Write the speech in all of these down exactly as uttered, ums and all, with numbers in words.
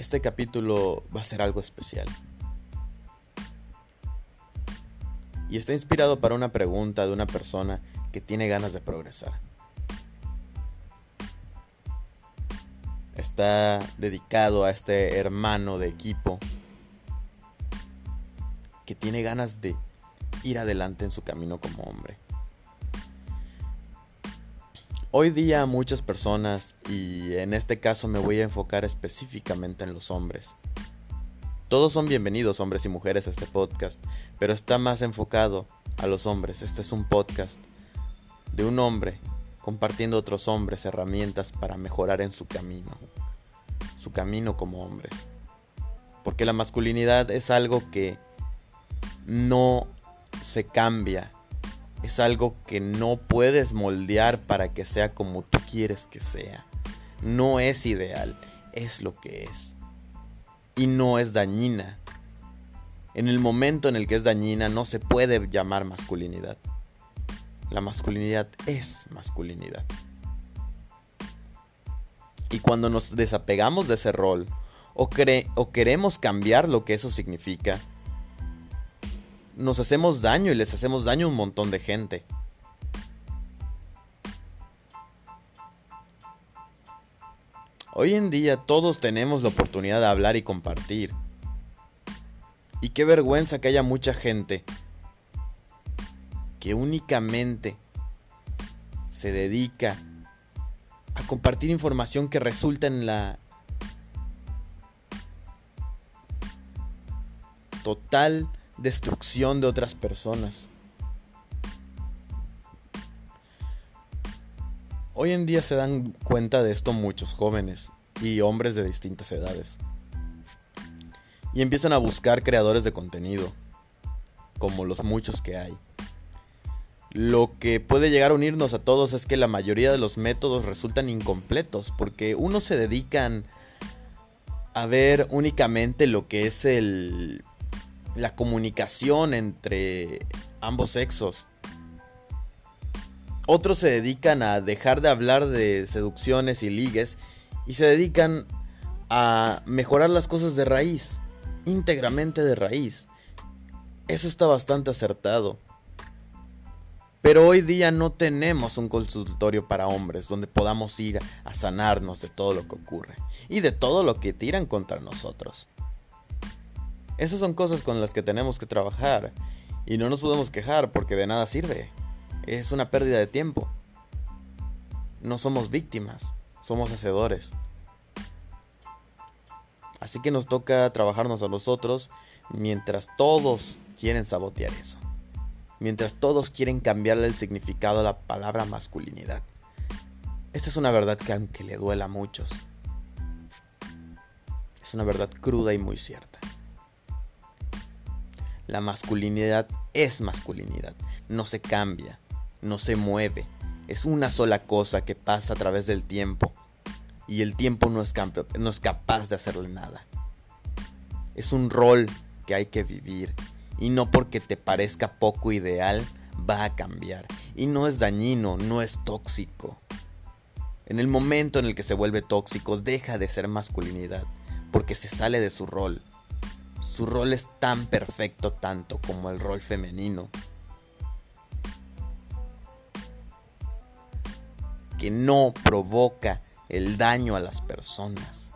Este capítulo va a ser algo especial. Y está inspirado para una pregunta de una persona que tiene ganas de progresar. Está dedicado a este hermano de equipo que tiene ganas de ir adelante en su camino como hombre. Hoy día muchas personas, y en este caso me voy a enfocar específicamente en los hombres. Todos son bienvenidos, hombres y mujeres, a este podcast, pero está más enfocado a los hombres. Este es un podcast de un hombre compartiendo a otros hombres herramientas para mejorar en su camino, su camino como hombres. Porque la masculinidad es algo que no se cambia. Es algo que no puedes moldear para que sea como tú quieres que sea. No es ideal, es lo que es. Y no es dañina. En el momento en el que es dañina no se puede llamar masculinidad. La masculinidad es masculinidad. Y cuando nos desapegamos de ese rol o, cre- o queremos cambiar lo que eso significa, nos hacemos daño y les hacemos daño a un montón de gente. Hoy en día todos tenemos la oportunidad de hablar y compartir. Y qué vergüenza que haya mucha gente que únicamente se dedica a compartir información que resulta en la total destrucción de otras personas. Hoy en día se dan cuenta de esto muchos jóvenes y hombres de distintas edades. Y empiezan a buscar creadores de contenido, como los muchos que hay. Lo que puede llegar a unirnos a todos es que la mayoría de los métodos resultan incompletos, porque unos se dedican a ver únicamente lo que es el la comunicación entre ambos sexos. Otros se dedican a dejar de hablar de seducciones y ligues y se dedican a mejorar las cosas de raíz, íntegramente de raíz. Eso está bastante acertado. Pero hoy día no tenemos un consultorio para hombres donde podamos ir a sanarnos de todo lo que ocurre y de todo lo que tiran contra nosotros. Esas son cosas con las que tenemos que trabajar y no nos podemos quejar porque de nada sirve. Es una pérdida de tiempo. No somos víctimas, somos hacedores. Así que nos toca trabajarnos a nosotros mientras todos quieren sabotear eso. Mientras todos quieren cambiarle el significado a la palabra masculinidad. Esta es una verdad que aunque le duela a muchos, es una verdad cruda y muy cierta. La masculinidad es masculinidad, no se cambia, no se mueve, es una sola cosa que pasa a través del tiempo y el tiempo no es, camp- no es capaz de hacerle nada. Es un rol que hay que vivir y no porque te parezca poco ideal va a cambiar y no es dañino, no es tóxico. En el momento en el que se vuelve tóxico deja de ser masculinidad porque se sale de su rol. Su rol es tan perfecto tanto como el rol femenino que no provoca el daño a las personas.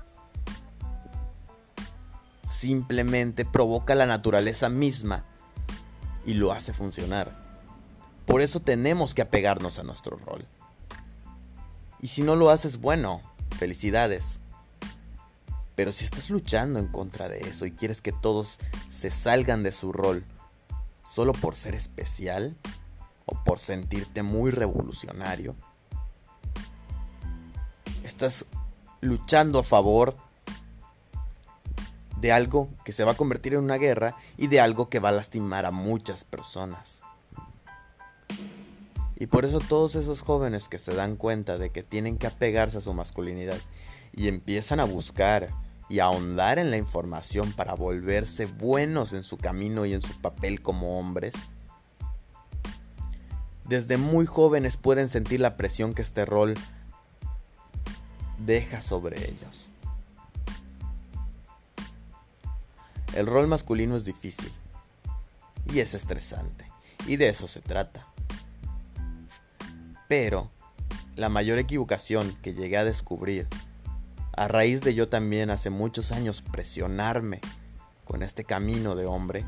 Simplemente provoca la naturaleza misma y lo hace funcionar. Por eso tenemos que apegarnos a nuestro rol. Y si no lo haces, bueno, felicidades. Pero si estás luchando en contra de eso y quieres que todos se salgan de su rol solo por ser especial o por sentirte muy revolucionario, estás luchando a favor de algo que se va a convertir en una guerra y de algo que va a lastimar a muchas personas. Y por eso todos esos jóvenes que se dan cuenta de que tienen que apegarse a su masculinidad y empiezan a buscar y ahondar en la información para volverse buenos en su camino y en su papel como hombres, desde muy jóvenes pueden sentir la presión que este rol deja sobre ellos. El rol masculino es difícil y es estresante, y de eso se trata. Pero la mayor equivocación que llegué a descubrir, a raíz de yo también hace muchos años presionarme con este camino de hombre,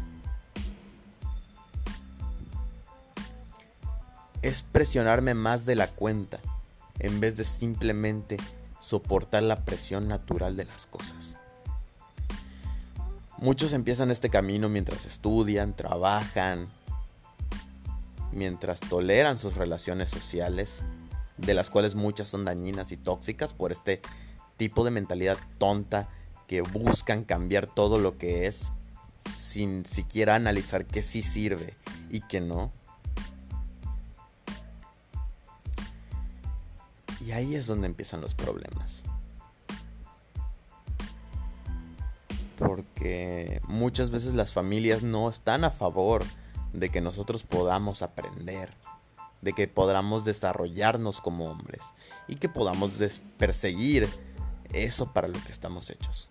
es presionarme más de la cuenta, en vez de simplemente soportar la presión natural de las cosas. Muchos empiezan este camino mientras estudian, trabajan, mientras toleran sus relaciones sociales, de las cuales muchas son dañinas y tóxicas por este tipo de mentalidad tonta que buscan cambiar todo lo que es sin siquiera analizar qué sí sirve y qué no. Y ahí es donde empiezan los problemas. Porque muchas veces las familias no están a favor de que nosotros podamos aprender, de que podamos desarrollarnos como hombres y que podamos des- perseguir eso para lo que estamos hechos.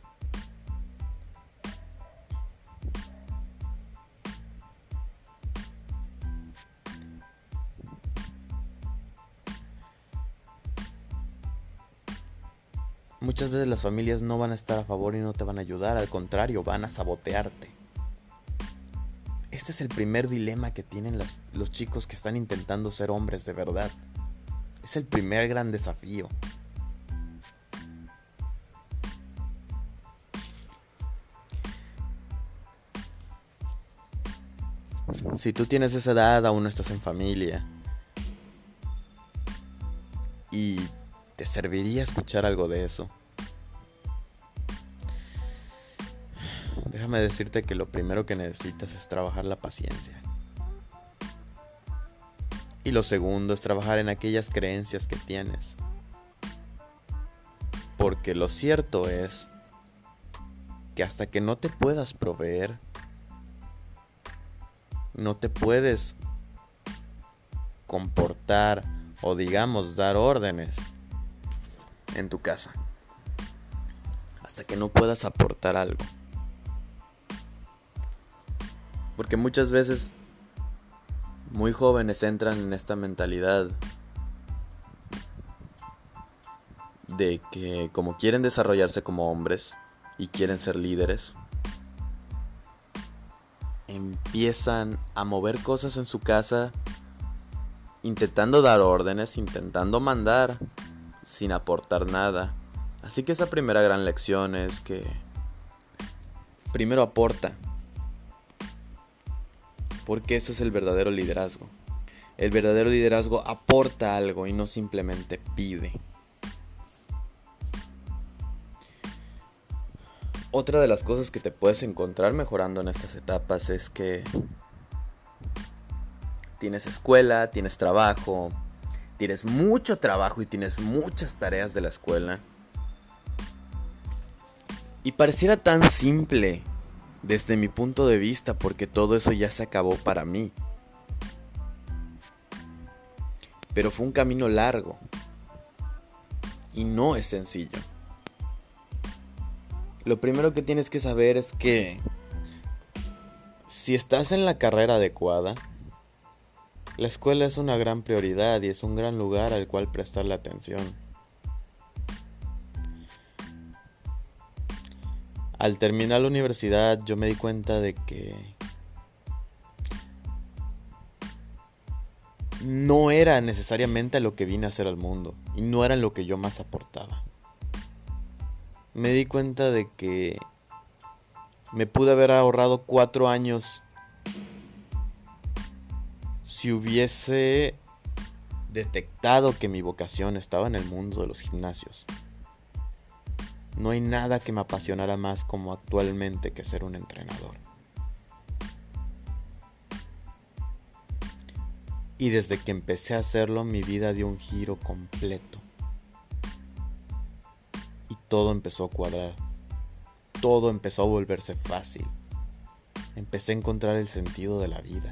Muchas veces las familias no van a estar a favor y no te van a ayudar, al contrario, van a sabotearte. Este es el primer dilema que tienen las, los chicos que están intentando ser hombres de verdad. Es el primer gran desafío. Si tú tienes esa edad, aún no estás en familia, y te serviría escuchar algo de eso, déjame decirte que lo primero que necesitas es trabajar la paciencia. Y lo segundo es trabajar en aquellas creencias que tienes. Porque lo cierto es que hasta que no te puedas proveer, no te puedes comportar o digamos dar órdenes en tu casa. Hasta que no puedas aportar algo. Porque muchas veces muy jóvenes entran en esta mentalidad de que como quieren desarrollarse como hombres y quieren ser líderes, empiezan a mover cosas en su casa intentando dar órdenes, intentando mandar sin aportar nada. Así que esa primera gran lección es que primero aporta, porque eso es el verdadero liderazgo. El verdadero liderazgo aporta algo y no simplemente pide. Otra de las cosas que te puedes encontrar mejorando en estas etapas es que tienes escuela, tienes trabajo, tienes mucho trabajo y tienes muchas tareas de la escuela. Y pareciera tan simple desde mi punto de vista, porque todo eso ya se acabó para mí. Pero fue un camino largo y no es sencillo. Lo primero que tienes que saber es que si estás en la carrera adecuada, la escuela es una gran prioridad y es un gran lugar al cual prestarle atención. Al terminar la universidad yo me di cuenta de que no era necesariamente lo que vine a hacer al mundo y no era lo que yo más aportaba. Me di cuenta de que me pude haber ahorrado cuatro años si hubiese detectado que mi vocación estaba en el mundo de los gimnasios. No hay nada que me apasionara más como actualmente que ser un entrenador. Y desde que empecé a hacerlo, mi vida dio un giro completo. Y todo empezó a cuadrar. Todo empezó a volverse fácil. Empecé a encontrar el sentido de la vida.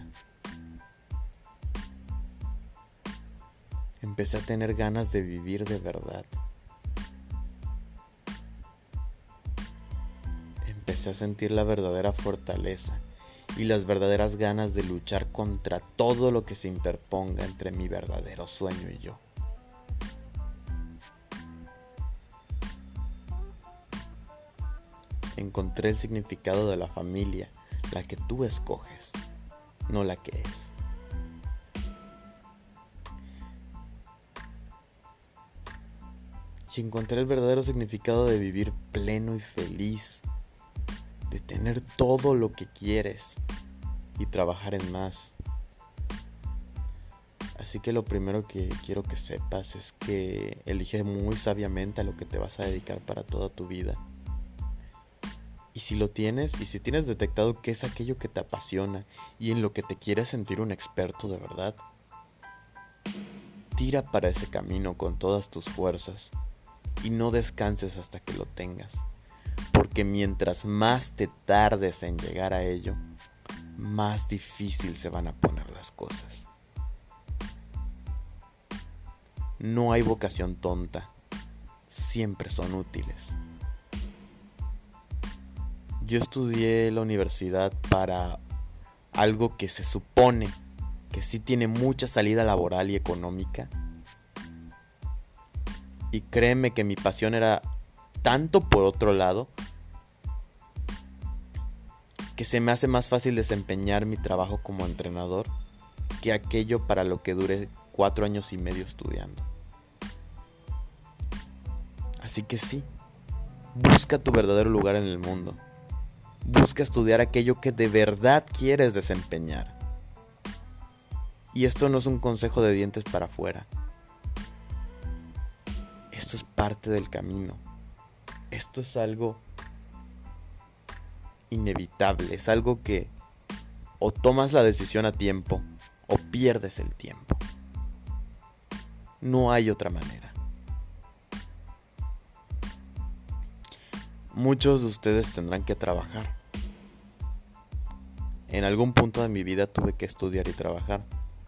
Empecé a tener ganas de vivir de verdad. Empecé comencé a sentir la verdadera fortaleza y las verdaderas ganas de luchar contra todo lo que se interponga entre mi verdadero sueño y yo. Encontré el significado de la familia, la que tú escoges, no la que es. Y encontré el verdadero significado de vivir pleno y feliz, de tener todo lo que quieres y trabajar en más. Así que lo primero que quiero que sepas es que elige muy sabiamente a lo que te vas a dedicar para toda tu vida. Y si lo tienes, y si tienes detectado qué es aquello que te apasiona y en lo que te quieres sentir un experto de verdad, tira para ese camino con todas tus fuerzas y no descanses hasta que lo tengas. Porque mientras más te tardes en llegar a ello, más difícil se van a poner las cosas. No hay vocación tonta, siempre son útiles. Yo estudié la universidad para algo que se supone que sí tiene mucha salida laboral y económica. Y créeme que mi pasión era tanto por otro lado que se me hace más fácil desempeñar mi trabajo como entrenador que aquello para lo que duré cuatro años y medio estudiando. Así que sí, busca tu verdadero lugar en el mundo. Busca estudiar aquello que de verdad quieres desempeñar. Y esto no es un consejo de dientes para afuera. Esto es parte del camino. Esto es algo inevitable. Es algo que o tomas la decisión a tiempo o pierdes el tiempo. No hay otra manera. Muchos de ustedes tendrán que trabajar. En algún punto de mi vida tuve que estudiar y trabajar.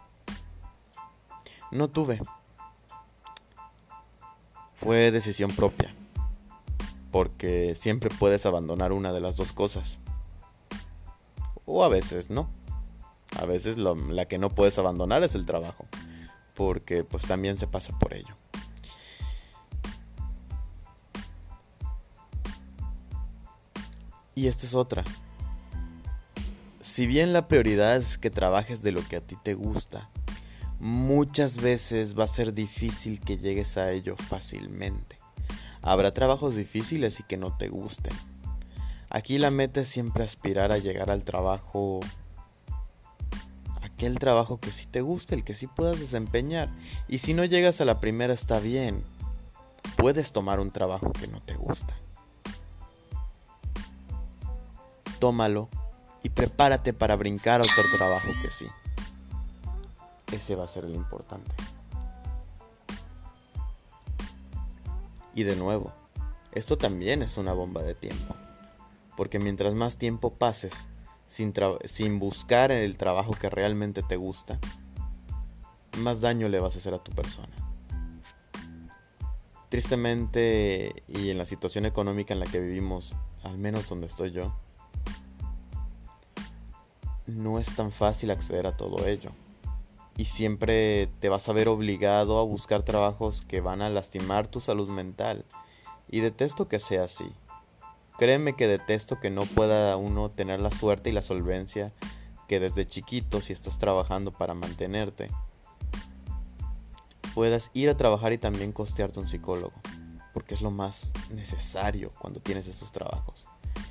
No tuve. Fue decisión propia. Porque siempre puedes abandonar una de las dos cosas. O a veces no. A veces lo, la que no puedes abandonar es el trabajo. Porque pues también se pasa por ello. Y esta es otra. Si bien la prioridad es que trabajes de lo que a ti te gusta, muchas veces va a ser difícil que llegues a ello fácilmente. Habrá trabajos difíciles y que no te gusten. Aquí la meta es siempre aspirar a llegar al trabajo, aquel trabajo que sí te guste, el que sí puedas desempeñar. Y si no llegas a la primera está bien, puedes tomar un trabajo que no te gusta. Tómalo y prepárate para brincar a otro trabajo que sí. Ese va a ser el importante. Y de nuevo, esto también es una bomba de tiempo. Porque mientras más tiempo pases sin, tra- sin buscar en el trabajo que realmente te gusta, más daño le vas a hacer a tu persona. Tristemente, y en la situación económica en la que vivimos, al menos donde estoy yo, no es tan fácil acceder a todo ello. Y siempre te vas a ver obligado a buscar trabajos que van a lastimar tu salud mental. Y detesto que sea así. Créeme que detesto que no pueda uno tener la suerte y la solvencia que desde chiquito, si estás trabajando para mantenerte, puedas ir a trabajar y también costearte un psicólogo. Porque es lo más necesario cuando tienes esos trabajos.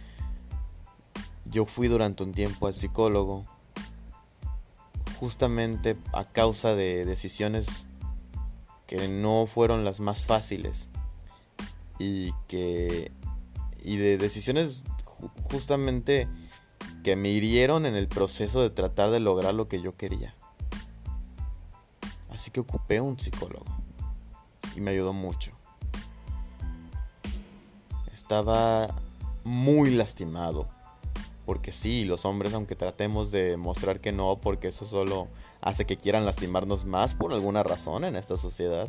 Yo fui durante un tiempo al psicólogo justamente a causa de decisiones que no fueron las más fáciles y que y de decisiones ju- justamente que me hirieron en el proceso de tratar de lograr lo que yo quería. Así que ocupé un psicólogo y me ayudó mucho. Estaba muy lastimado. Porque sí, los hombres, aunque tratemos de mostrar que no, porque eso solo hace que quieran lastimarnos más por alguna razón en esta sociedad.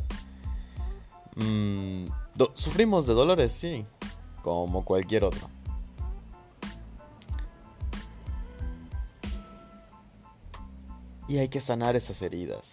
Mm, do- sufrimos de dolores, sí, como cualquier otro. y hay que sanar esas heridas.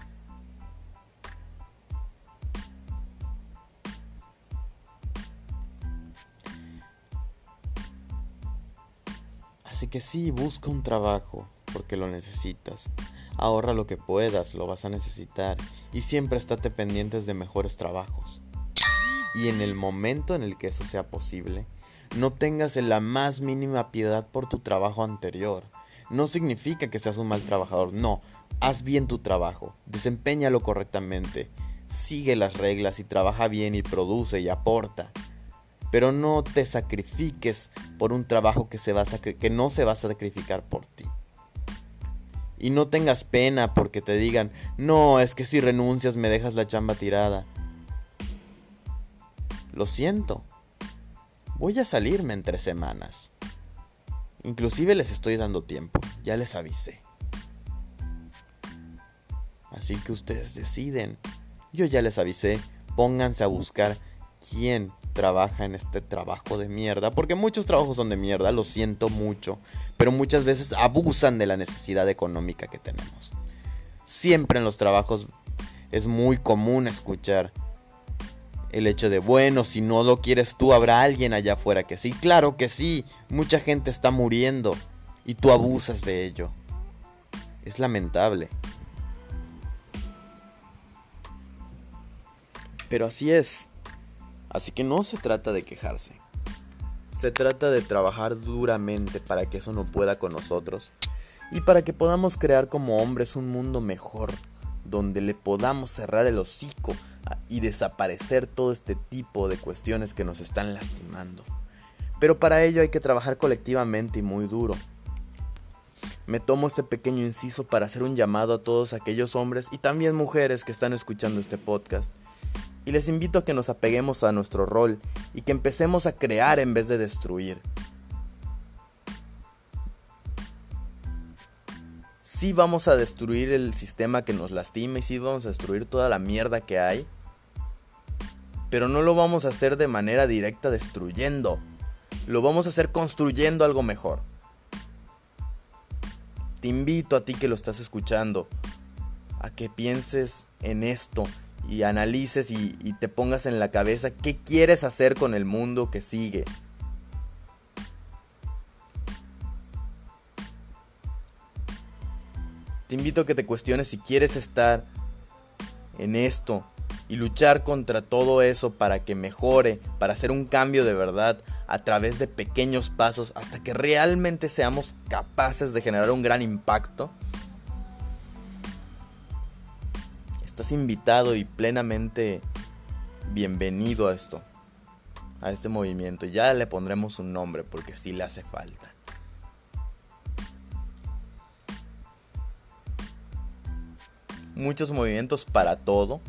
Así que sí, busca un trabajo porque lo necesitas. Ahorra lo que puedas, lo vas a necesitar. Y siempre estate pendientes de mejores trabajos. Y en el momento en el que eso sea posible, no tengas la más mínima piedad por tu trabajo anterior. No significa que seas un mal trabajador, no. Haz bien tu trabajo, desempéñalo correctamente, sigue las reglas y trabaja bien y produce y aporta. Pero no te sacrifiques por un trabajo que, se va a sacri- que no se va a sacrificar por ti. Y no tengas pena porque te digan, no, es que si renuncias me dejas la chamba tirada. Lo siento, voy a salirme en tres semanas. Inclusive les estoy dando tiempo, ya les avisé. Así que ustedes deciden. Yo ya les avisé, pónganse a buscar quién trabaja en este trabajo de mierda, porque muchos trabajos son de mierda, lo siento mucho, pero muchas veces abusan de la necesidad económica que tenemos. Siempre en los trabajos es muy común escuchar el hecho de, bueno, si no lo quieres tú, habrá alguien allá afuera que sí. Claro que sí, mucha gente está muriendo y tú abusas de ello. Es lamentable. Pero así es. Así que no se trata de quejarse. Se trata de trabajar duramente para que eso no pueda con nosotros. Y para que podamos crear como hombres un mundo mejor, donde le podamos cerrar el hocico y desaparecer todo este tipo de cuestiones que nos están lastimando. Pero para ello hay que trabajar colectivamente y muy duro. Me tomo este pequeño inciso para hacer un llamado a todos aquellos hombres y también mujeres que están escuchando este podcast. Y les invito a que nos apeguemos a nuestro rol y que empecemos a crear en vez de destruir. Sí vamos a destruir el sistema que nos lastima y sí vamos a destruir toda la mierda que hay. Pero no lo vamos a hacer de manera directa destruyendo. Lo vamos a hacer construyendo algo mejor. Te invito a ti que lo estás escuchando a que pienses en esto y analices y, y te pongas en la cabeza qué quieres hacer con el mundo que sigue. Te invito a que te cuestiones si quieres estar en esto y luchar contra todo eso para que mejore, para hacer un cambio de verdad a través de pequeños pasos hasta que realmente seamos capaces de generar un gran impacto. Estás invitado y plenamente bienvenido a esto, a este movimiento. Ya le pondremos un nombre porque sí le hace falta. Muchos movimientos para todo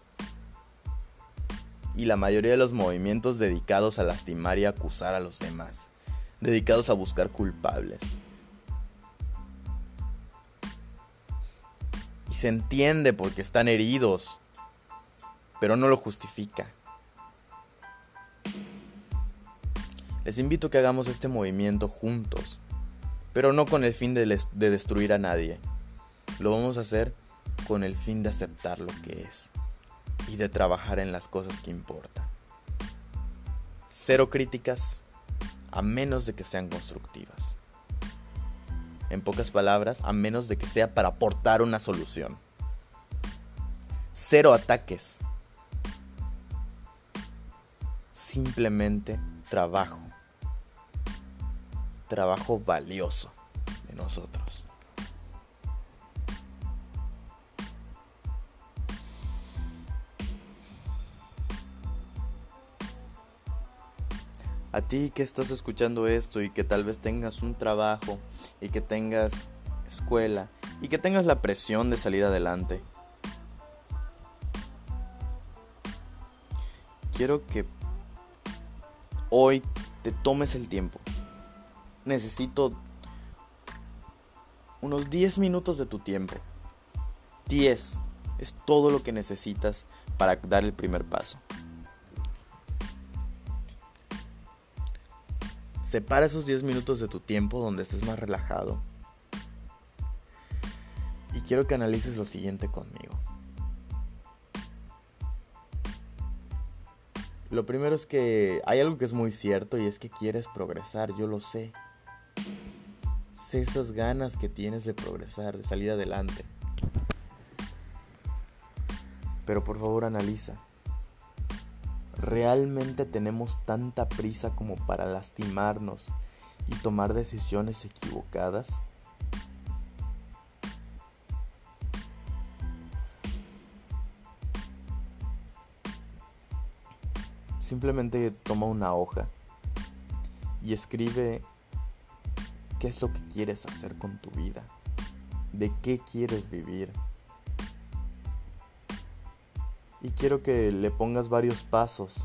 y la mayoría de los movimientos dedicados a lastimar y acusar a los demás, dedicados a buscar culpables. Y se entiende porque están heridos, pero no lo justifica. Les invito a que hagamos este movimiento juntos, pero no con el fin de, les- de destruir a nadie. Lo vamos a hacer con el fin de aceptar lo que es y de trabajar en las cosas que importan. Cero críticas, a menos de que sean constructivas. En pocas palabras, a menos de que sea para aportar una solución. Cero ataques. Simplemente trabajo. Trabajo valioso de nosotros. A ti que estás escuchando esto y que tal vez tengas un trabajo y que tengas escuela y que tengas la presión de salir adelante, quiero que hoy te tomes el tiempo. Necesito unos diez minutos de tu tiempo. diez es todo lo que necesitas para dar el primer paso. Separa esos diez minutos de tu tiempo donde estés más relajado quiero que analices lo siguiente conmigo. Lo primero es que hay algo que es muy cierto y es que quieres progresar, yo lo sé. Sé esas ganas que tienes de progresar, de salir adelante. Pero por favor analiza. ¿Realmente tenemos tanta prisa como para lastimarnos y tomar decisiones equivocadas? Simplemente toma una hoja y escribe qué es lo que quieres hacer con tu vida, de qué quieres vivir. Y quiero que le pongas varios pasos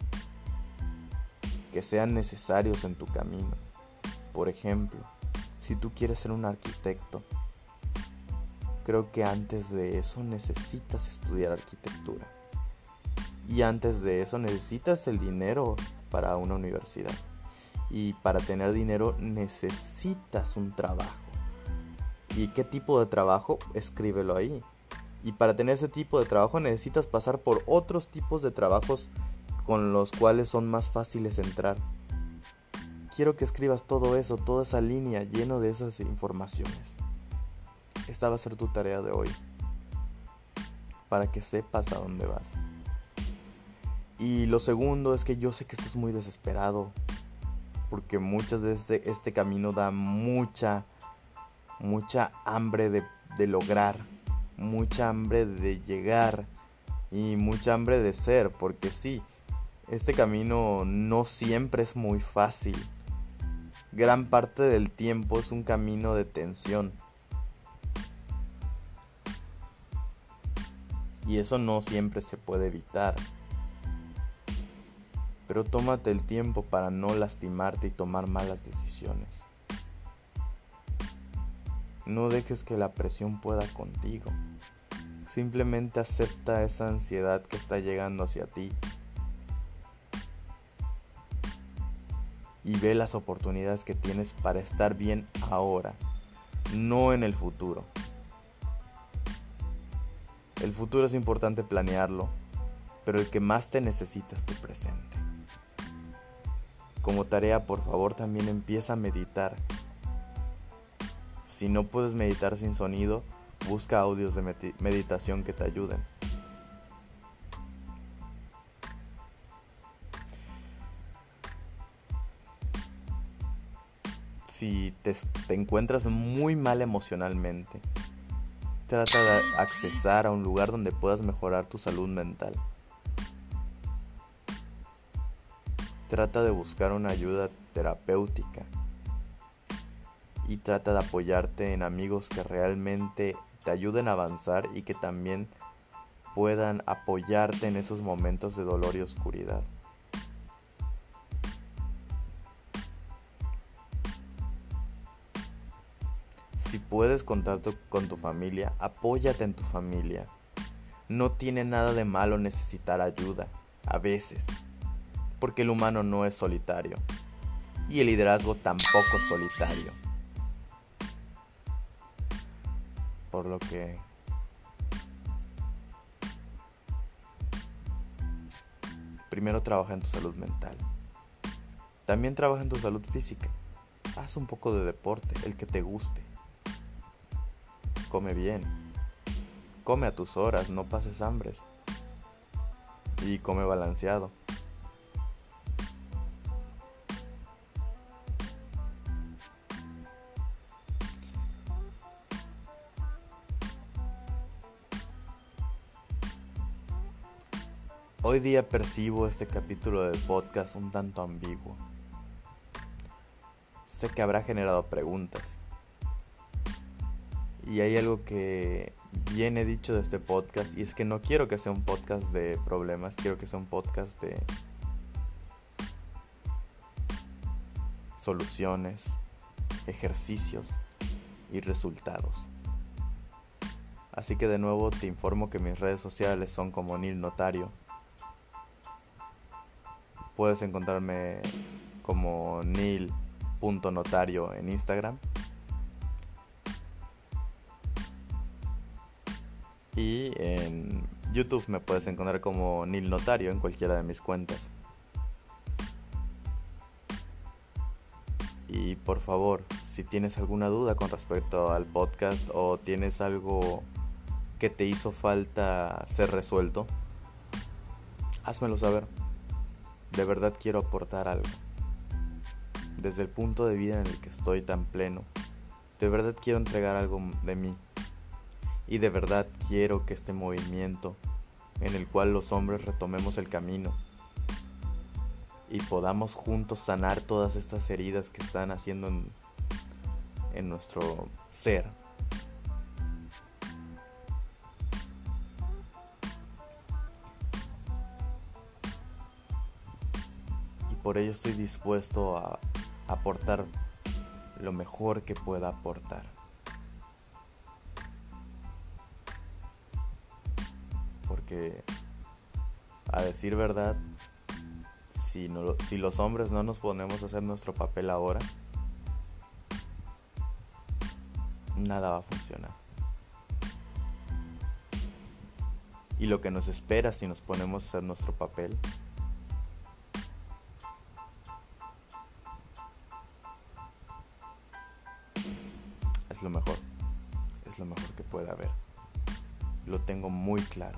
que sean necesarios en tu camino. Por ejemplo, si tú quieres ser un arquitecto, creo que antes de eso necesitas estudiar arquitectura. Y antes de eso necesitas el dinero para una universidad. Y para tener dinero necesitas un trabajo. ¿Y qué tipo de trabajo? Escríbelo ahí. Y para tener ese tipo de trabajo necesitas pasar por otros tipos de trabajos con los cuales son más fáciles entrar. Quiero que escribas todo eso, toda esa línea lleno de esas informaciones. Esta va a ser tu tarea de hoy, para que sepas a dónde vas. Y lo segundo es que yo sé que estás muy desesperado, porque muchas veces este camino da mucha, mucha hambre de, de lograr, mucha hambre de llegar y mucha hambre de ser, porque sí, este camino no siempre es muy fácil. Gran parte del tiempo es un camino de tensión. Y eso no siempre se puede evitar. Pero tómate el tiempo para no lastimarte y tomar malas decisiones. No dejes que la presión pueda contigo. Simplemente acepta esa ansiedad que está llegando hacia ti. Y ve las oportunidades que tienes para estar bien ahora, no en el futuro. El futuro es importante planearlo, pero el que más te necesita es tu presente. Como tarea, por favor, también empieza a meditar. Si no puedes meditar sin sonido, busca audios de med- meditación que te ayuden. Si te, te encuentras muy mal emocionalmente, trata de accesar a un lugar donde puedas mejorar tu salud mental. Trata de buscar una ayuda terapéutica y trata de apoyarte en amigos que realmente te ayuden a avanzar y que también puedan apoyarte en esos momentos de dolor y oscuridad. Si puedes contar tu, con tu familia, apóyate en tu familia. No tiene nada de malo necesitar ayuda, a veces, porque el humano no es solitario y el liderazgo tampoco es solitario. Por lo que primero trabaja en tu salud mental. También trabaja en tu salud física. Haz un poco de deporte, el que te guste. Come bien. Come a tus horas, no pases hambres. Y come balanceado. Hoy día percibo este capítulo del podcast un tanto ambiguo. Sé que habrá generado preguntas. Y hay algo que bien he dicho de este podcast, y es que no quiero que sea un podcast de problemas, quiero que sea un podcast de soluciones, ejercicios y resultados. Así que de nuevo te informo que mis redes sociales son como Neil Notario. Puedes encontrarme como neil punto notario en Instagram. Y en YouTube me puedes encontrar como Nil Notario en cualquiera de mis cuentas. Y por favor, si tienes alguna duda con respecto al podcast o tienes algo que te hizo falta ser resuelto, házmelo saber. De verdad quiero aportar algo. Desde el punto de vida en el que estoy tan pleno, de verdad quiero entregar algo de mí. Y de verdad quiero que este movimiento, en el cual los hombres retomemos el camino y podamos juntos sanar todas estas heridas que están haciendo en, en nuestro ser. Y por ello estoy dispuesto a aportar lo mejor que pueda aportar. Porque, a decir verdad, si, no, si los hombres no nos ponemos a hacer nuestro papel ahora, nada va a funcionar. Y lo que nos espera si nos ponemos a hacer nuestro papel es lo mejor, es lo mejor que puede haber. Lo tengo muy claro.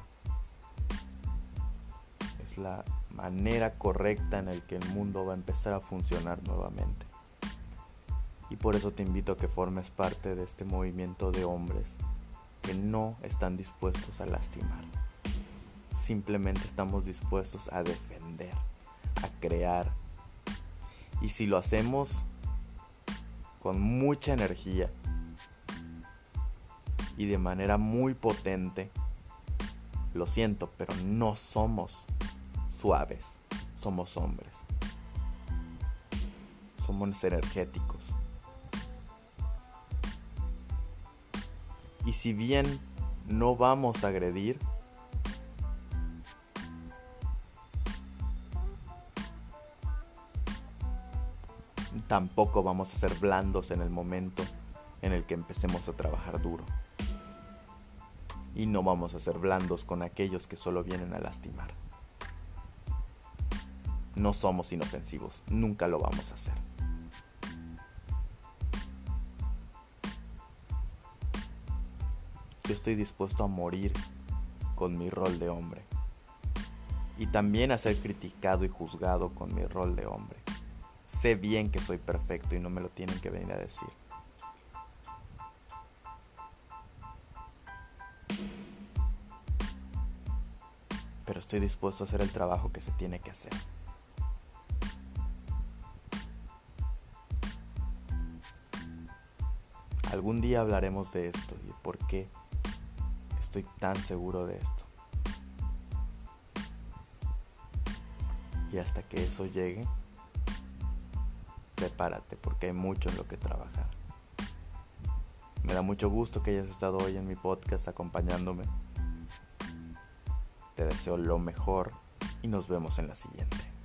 Es la manera correcta en la que el mundo va a empezar a funcionar nuevamente. Y por eso te invito a que formes parte de este movimiento de hombres que no están dispuestos a lastimar. Simplemente estamos dispuestos a defender, a crear. Y si lo hacemos con mucha energía y de manera muy potente, lo siento, pero no somos suaves, somos hombres. Somos energéticos. Y si bien no vamos a agredir, tampoco vamos a ser blandos en el momento en el que empecemos a trabajar duro. Y no vamos a ser blandos con aquellos que solo vienen a lastimar. No somos inofensivos, nunca lo vamos a hacer. Yo estoy dispuesto a morir con mi rol de hombre. Y también a ser criticado y juzgado con mi rol de hombre. Sé bien que soy perfecto y no me lo tienen que venir a decir. Pero estoy dispuesto a hacer el trabajo que se tiene que hacer. Algún día hablaremos de esto y por qué estoy tan seguro de esto. Y hasta que eso llegue, prepárate porque hay mucho en lo que trabajar. Me da mucho gusto que hayas estado hoy en mi podcast acompañándome. Te deseo lo mejor y nos vemos en la siguiente.